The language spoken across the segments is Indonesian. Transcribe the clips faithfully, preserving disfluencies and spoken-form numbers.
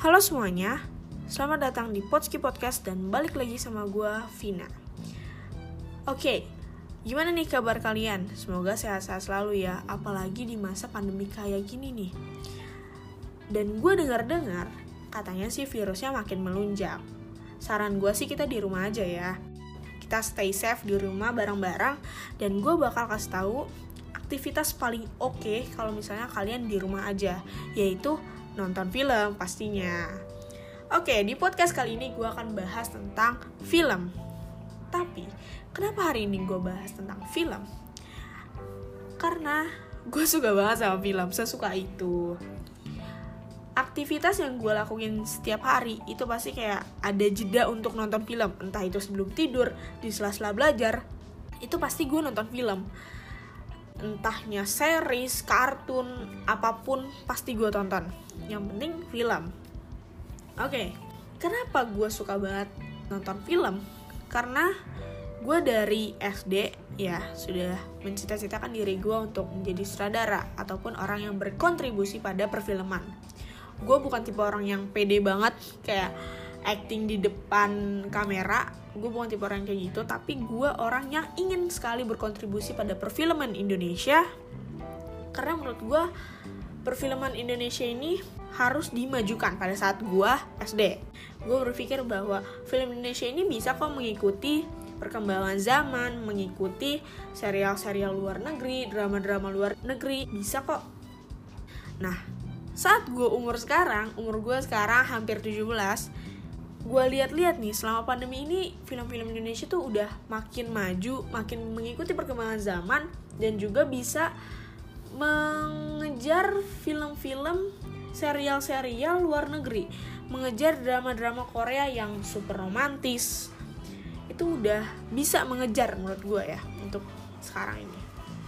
Halo semuanya, selamat datang di Potski Podcast dan balik lagi sama gue, Vina. Oke, gimana nih kabar kalian? Semoga sehat-sehat selalu ya, apalagi di masa pandemi kayak gini nih. Dan gue dengar-dengar, katanya sih virusnya makin melunjak. Saran gue sih kita di rumah aja ya. Kita stay safe di rumah bareng-bareng, dan gue bakal kasih tahu aktivitas paling oke okay kalau misalnya kalian di rumah aja, yaitu nonton film pastinya. Oke, di podcast kali ini gue akan bahas tentang film. Tapi, kenapa hari ini gue bahas tentang film? Karena gue suka banget sama film, sesuka itu. Aktivitas yang gue lakuin setiap hari itu pasti kayak ada jeda untuk nonton film. Entah itu sebelum tidur, di sela-sela belajar, itu pasti gue nonton film. Entahnya series, kartun, apapun pasti gue tonton. Yang penting film. Oke, kenapa gue suka banget nonton film? Karena gue dari S D ya sudah mencita-citakan diri gue untuk menjadi sutradara ataupun orang yang berkontribusi pada perfilman. Gue bukan tipe orang yang pede banget kayak acting di depan kamera. Gue bukan tipe orang kayak gitu, tapi gue orang yang ingin sekali berkontribusi pada perfilman Indonesia. Karena menurut gue perfilman Indonesia ini harus dimajukan pada saat gue S D. Gue berpikir bahwa film Indonesia ini bisa kok mengikuti perkembangan zaman, mengikuti serial-serial luar negeri, drama-drama luar negeri, bisa kok. Nah, saat gue umur sekarang, umur gue sekarang hampir tujuh belas, gue lihat-lihat nih selama pandemi ini film-film Indonesia tuh udah makin maju, makin mengikuti perkembangan zaman, dan juga bisa mengejar film-film serial-serial luar negeri, mengejar drama-drama Korea yang super romantis. Itu udah bisa mengejar menurut gue ya untuk sekarang ini.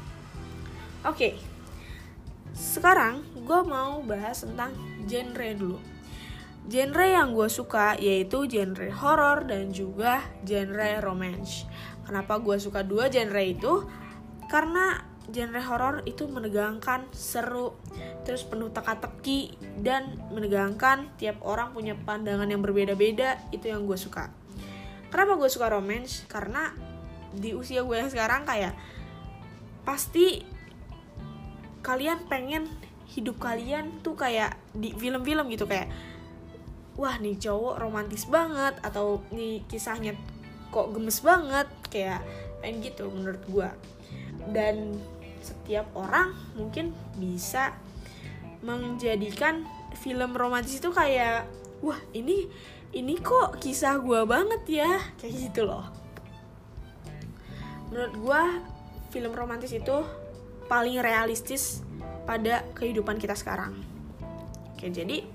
Oke, sekarang gue mau bahas tentang genre dulu. Genre yang gue suka yaitu genre horor dan juga genre romance. Kenapa gue suka dua genre itu? Karena genre horor itu menegangkan, seru, terus penuh teka-teki, dan menegangkan. Tiap orang punya pandangan yang berbeda-beda, itu yang gue suka. Kenapa gue suka romance? Karena di usia gue yang sekarang kayak pasti kalian pengen hidup kalian tuh kayak di film-film gitu, kayak wah nih cowok romantis banget, atau nih kisahnya kok gemes banget, kayak pengen gitu menurut gue. Dan setiap orang mungkin bisa menjadikan film romantis itu kayak wah ini ini kok kisah gue banget ya, kayak gitu loh. Menurut gue film romantis itu paling realistis pada kehidupan kita sekarang. Oke, jadi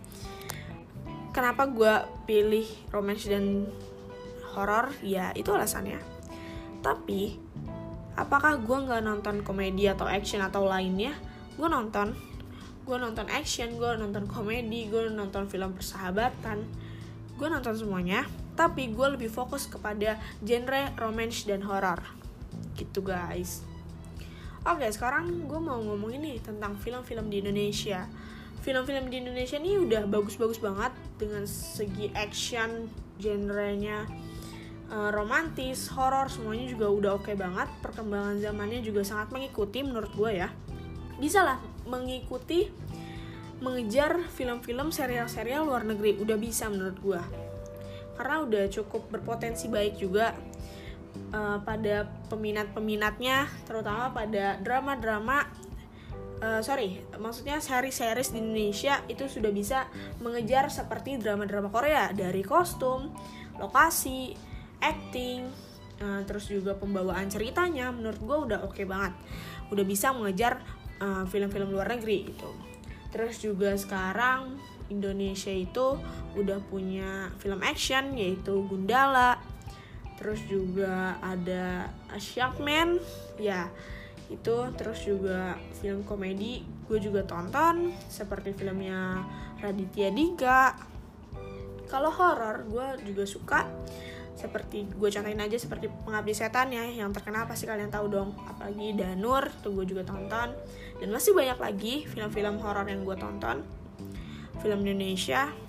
kenapa gue pilih romance dan horor? Ya itu alasannya. Tapi apakah gue gak nonton komedi atau action atau lainnya? Gue nonton. Gue nonton action, gue nonton komedi, gue nonton film persahabatan. Gue nonton semuanya. Tapi gue lebih fokus kepada genre romance dan horor. Gitu guys. Oke, sekarang gue mau ngomongin nih tentang film-film di Indonesia. Film-film di Indonesia ini udah bagus-bagus banget dengan segi action, genrenya uh, romantis, horor, semuanya juga udah oke banget. Perkembangan zamannya juga sangat mengikuti menurut gue ya. Bisa lah mengikuti, mengejar film-film serial-serial luar negeri, udah bisa menurut gue. Karena udah cukup berpotensi baik juga uh, pada peminat-peminatnya, terutama pada drama-drama Uh, sorry, maksudnya seri-series di Indonesia itu sudah bisa mengejar seperti drama-drama Korea, dari kostum, lokasi, acting, uh, terus juga pembawaan ceritanya menurut gue udah oke banget, udah bisa mengejar uh, film-film luar negeri gitu. Terus juga sekarang Indonesia itu udah punya film action yaitu Gundala, terus juga ada Sharkman ya itu, terus juga film komedi gue juga tonton seperti filmnya Raditya Dika. Kalau horor gue juga suka, seperti gue contohin aja seperti Pengabdi Setan ya, yang terkenal pasti kalian tahu dong, apalagi Danur tuh gue juga tonton. Dan masih banyak lagi film-film horor yang gue tonton, film Indonesia.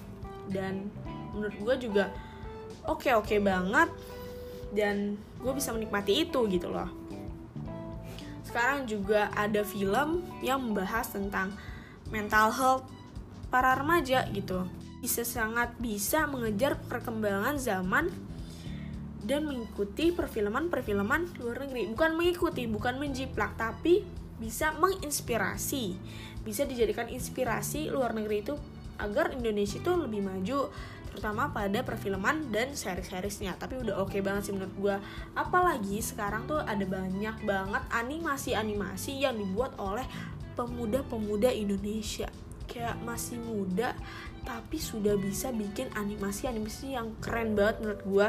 dan menurut gue juga oke-oke banget dan gue bisa menikmati itu gitu loh. Sekarang juga ada film yang membahas tentang mental health para remaja gitu. Bisa sangat bisa mengejar perkembangan zaman dan mengikuti perfilman-perfilman luar negeri. Bukan mengikuti, bukan menjiplak, tapi bisa menginspirasi. Bisa dijadikan inspirasi luar negeri itu agar Indonesia itu lebih maju, terutama pada perfilman dan seri-serisnya. Tapi udah oke banget sih menurut gue. Apalagi sekarang tuh ada banyak banget animasi-animasi yang dibuat oleh pemuda-pemuda Indonesia. Kayak masih muda tapi sudah bisa bikin animasi-animasi yang keren banget menurut gue.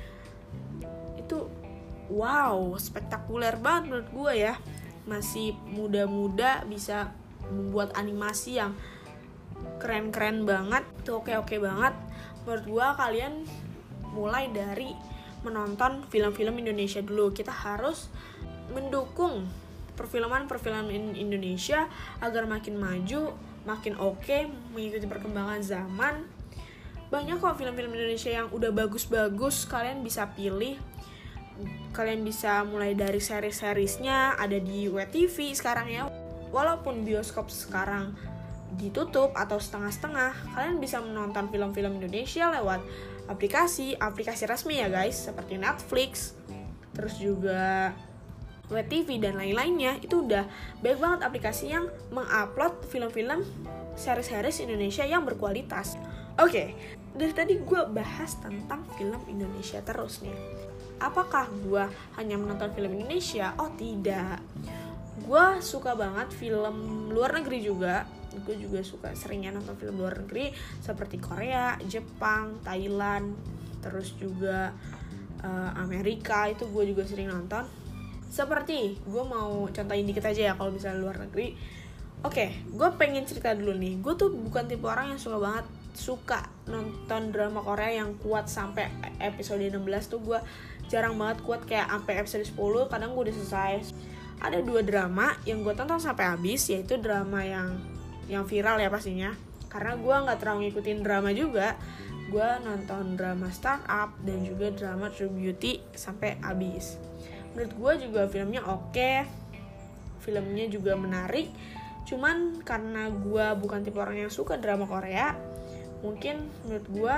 Itu wow, spektakuler banget menurut gue ya. Masih muda-muda bisa membuat animasi yang keren-keren banget. Itu oke-oke banget. Menurut gue kalian mulai dari menonton film-film Indonesia dulu. Kita harus mendukung perfilman-perfilman Indonesia agar makin maju, makin oke, mengikuti perkembangan zaman. Banyak kok film-film Indonesia yang udah bagus-bagus, kalian bisa pilih. Kalian bisa mulai dari seri-serisnya, ada di W T V sekarang ya. Walaupun bioskop sekarang ditutup atau setengah-setengah, kalian bisa menonton film-film Indonesia lewat aplikasi, aplikasi resmi ya guys, seperti Netflix, terus juga W T V dan lain-lainnya. Itu udah banyak banget aplikasi yang mengupload film-film seri-series Indonesia yang berkualitas. Oke, okay, dari tadi gue bahas tentang film Indonesia terus nih. Apakah gue hanya menonton film Indonesia? Oh tidak, gue suka banget film luar negeri juga. Gue juga suka seringnya nonton film luar negeri seperti Korea, Jepang, Thailand, terus juga uh, Amerika. Itu gue juga sering nonton. Seperti gue mau contohin dikit aja ya kalau misalnya luar negeri. Oke, okay, gue pengen cerita dulu nih. Gue tuh bukan tipe orang yang suka banget suka nonton drama Korea yang kuat sampai episode enam belas tuh. Gue jarang banget kuat kayak sampai episode sepuluh, kadang gue udah selesai. Ada dua drama yang gue tonton sampai habis, yaitu drama yang yang viral ya pastinya. Karena gue nggak terlalu ngikutin drama juga, gue nonton drama Startup dan juga drama True Beauty sampai habis. Menurut gue juga filmnya oke, filmnya juga menarik. Cuman karena gue bukan tipe orang yang suka drama Korea, mungkin menurut gue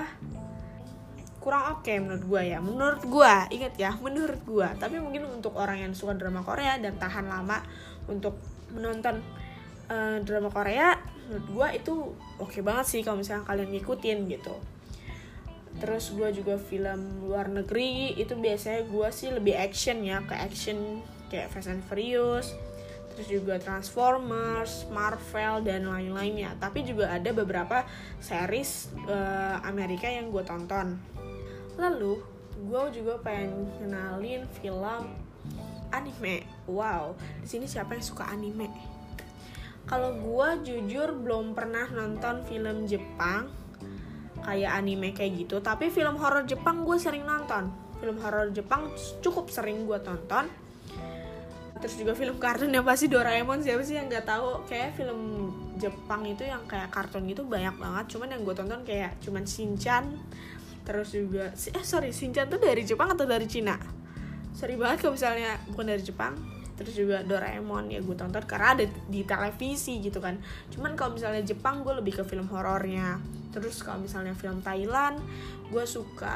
kurang oke menurut gue ya. Menurut gue, ingat ya, menurut gue. Tapi mungkin untuk orang yang suka drama Korea dan tahan lama untuk menonton uh, drama Korea, menurut gue itu oke banget sih kalau misalnya kalian ngikutin gitu. Terus gue juga film luar negeri itu biasanya gue sih lebih action ya, ke action kayak Fast and Furious, terus juga Transformers, Marvel dan lain-lainnya. Tapi juga ada beberapa series uh, Amerika yang gue tonton. Lalu gue juga pengen kenalin film anime. Wow, di sini siapa yang suka anime? Kalau gue jujur belum pernah nonton film Jepang kayak anime kayak gitu, tapi film horor Jepang gue sering nonton. Film horor Jepang cukup sering gue tonton. Terus juga film kartun yang pasti Doraemon, siapa sih yang nggak tahu? Kayak film Jepang itu yang kayak kartun gitu banyak banget. Cuman yang gue tonton kayak cuman Shinchan. Terus juga eh sorry Shinchan tuh dari Jepang atau dari Cina? Sorry banget kalau misalnya bukan dari Jepang. Terus juga Doraemon ya gue tonton karena ada di televisi gitu kan. Cuman kalau misalnya Jepang gue lebih ke film horornya. Terus kalau misalnya film Thailand, gue suka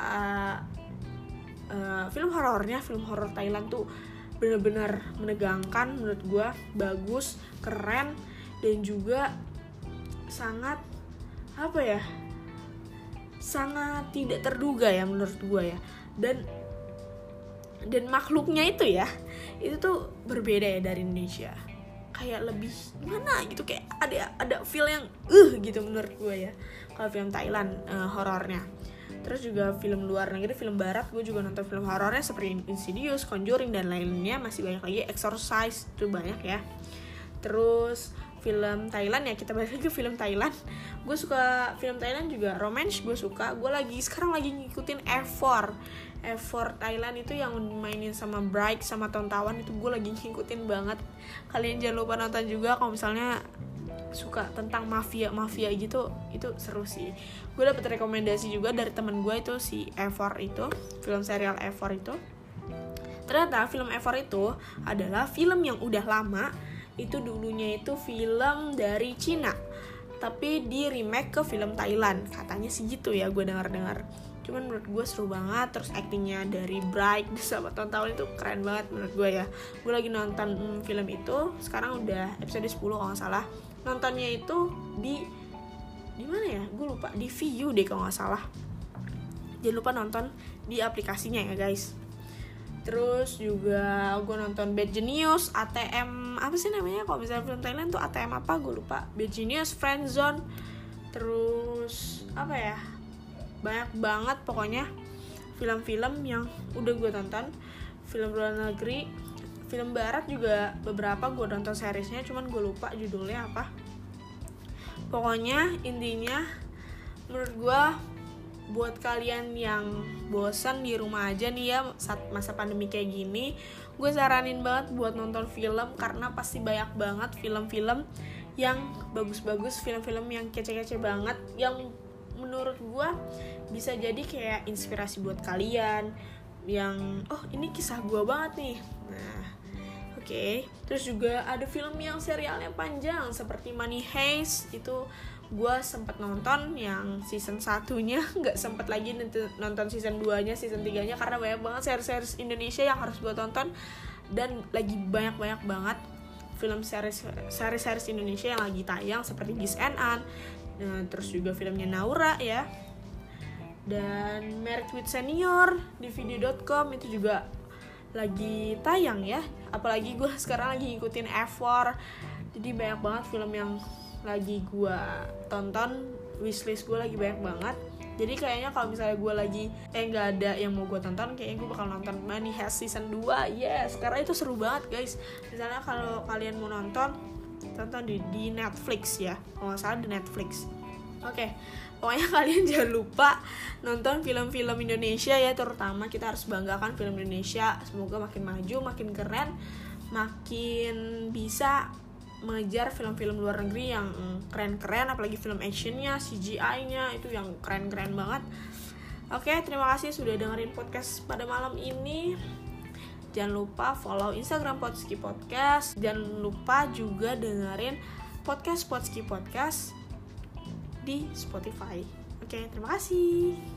uh, film horornya. Film horor Thailand tuh benar-benar menegangkan menurut gue, bagus, keren, dan juga sangat apa ya, sangat tidak terduga ya menurut gue ya. Dan dan makhluknya itu ya, itu tuh berbeda ya dari Indonesia. Kayak lebih mana gitu, kayak ada ada feel yang uh gitu menurut gue ya. Kalau film Thailand uh, horornya. Terus juga film luar negeri, film barat, gue juga nonton film horornya seperti Insidious, Conjuring, dan lainnya. Masih banyak lagi, Exorcise, itu banyak ya. Terus film Thailand ya, kita balik lagi ke film Thailand. Gue suka film Thailand juga, romance gue suka. Gue lagi, sekarang lagi ngikutin F four F four Thailand itu yang mainin sama Bright, sama Tontawan. Itu gue lagi ngikutin banget. Kalian jangan lupa nonton juga kalau misalnya suka tentang mafia-mafia gitu, itu seru sih. Gue dapet rekomendasi juga dari temen gue itu si Efor itu, film serial Efor itu. Ternyata film Efor itu adalah film yang udah lama. Itu dulunya itu film dari Cina, tapi di remake ke film Thailand. Katanya sih gitu ya, gue dengar-dengar. Cuman menurut gue seru banget. Terus actingnya dari Bright sama tahun-tahun itu keren banget menurut gue ya. Gue lagi nonton hmm, film itu. Sekarang udah episode sepuluh kalau gak salah. Nontonnya itu di di mana ya? Gue lupa. Di Viu deh kalau gak salah. Jangan lupa nonton di aplikasinya ya guys. Terus juga gue nonton Bad Genius, A T M, apa sih namanya kalau misalnya film Thailand tuh A T M apa, gue lupa. Bad Genius, Friendzone. Terus apa ya, banyak banget pokoknya film-film yang udah gue tonton. Film luar negeri, film barat juga beberapa gue nonton seriesnya, cuman gue lupa judulnya apa. Pokoknya intinya menurut gue, buat kalian yang bosan di rumah aja nih ya saat masa pandemi kayak gini, gue saranin banget buat nonton film, karena pasti banyak banget film-film yang bagus-bagus, film-film yang kece-kece banget, yang menurut gue bisa jadi kayak inspirasi buat kalian, yang oh ini kisah gue banget nih. Nah oke, okay. Terus juga ada film yang serialnya panjang seperti Money Heist, itu gue sempet nonton yang season satunya, gak sempet lagi nonton season duanya, season tiganya, karena banyak banget series-series Indonesia yang harus gue tonton. Dan lagi banyak-banyak banget film series series Indonesia yang lagi tayang seperti Gis and An, nah, terus juga filmnya Naura ya, dan Married with Senior di video dot com itu juga lagi tayang ya. Apalagi gue sekarang lagi ngikutin Efor, jadi banyak banget film yang lagi gue tonton. Wishlist gue lagi banyak banget. Jadi kayaknya kalau misalnya gue lagi eh nggak ada yang mau gue tonton, kayaknya gue bakal nonton Money Heist season dua. Yes, karena itu seru banget guys. Misalnya kalau kalian mau nonton, tonton di, di Netflix ya, kalau nggak salah di Netflix. Oke, okay. Pokoknya kalian jangan lupa nonton film-film Indonesia ya, terutama kita harus banggakan film Indonesia. Semoga makin maju, makin keren, makin bisa mengejar film-film luar negeri yang keren-keren, apalagi film actionnya, C G I-nya itu yang keren-keren banget. Oke, terima kasih sudah dengerin podcast pada malam ini. Jangan lupa follow Instagram Potski Podcast. Jangan lupa juga dengerin podcast Potski Podcast di Spotify. Oke, terima kasih.